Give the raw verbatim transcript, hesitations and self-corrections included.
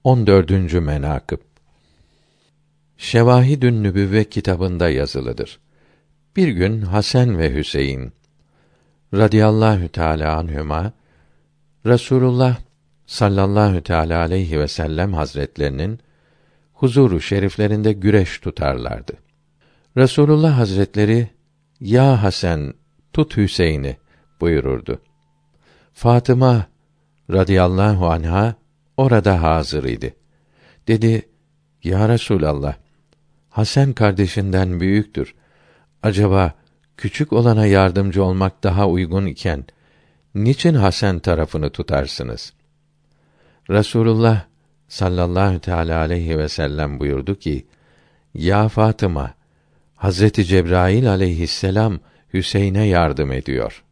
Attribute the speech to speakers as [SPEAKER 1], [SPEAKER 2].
[SPEAKER 1] on dördüncü menakıb. Şevahidün Nübüvve kitabında yazılıdır. Bir gün Hasan ve Hüseyin radıyallahu teâlâ anhuma Resulullah sallallahu teâlâ aleyhi ve sellem hazretlerinin huzuru şeriflerinde güreş tutarlardı. Resulullah Hazretleri "Ya Hasan, tut Hüseyin'i" buyururdu. Fatıma radıyallahu anha orada hazır idi. Dedi: "Ya Resulallah, Hasan kardeşinden büyüktür. Acaba küçük olana yardımcı olmak daha uygun iken niçin Hasan tarafını tutarsınız?" Resulullah sallallahu teâlâ aleyhi ve sellem buyurdu ki: "Ya Fatıma, Hazreti Cebrail aleyhisselam Hüseyin'e yardım ediyor."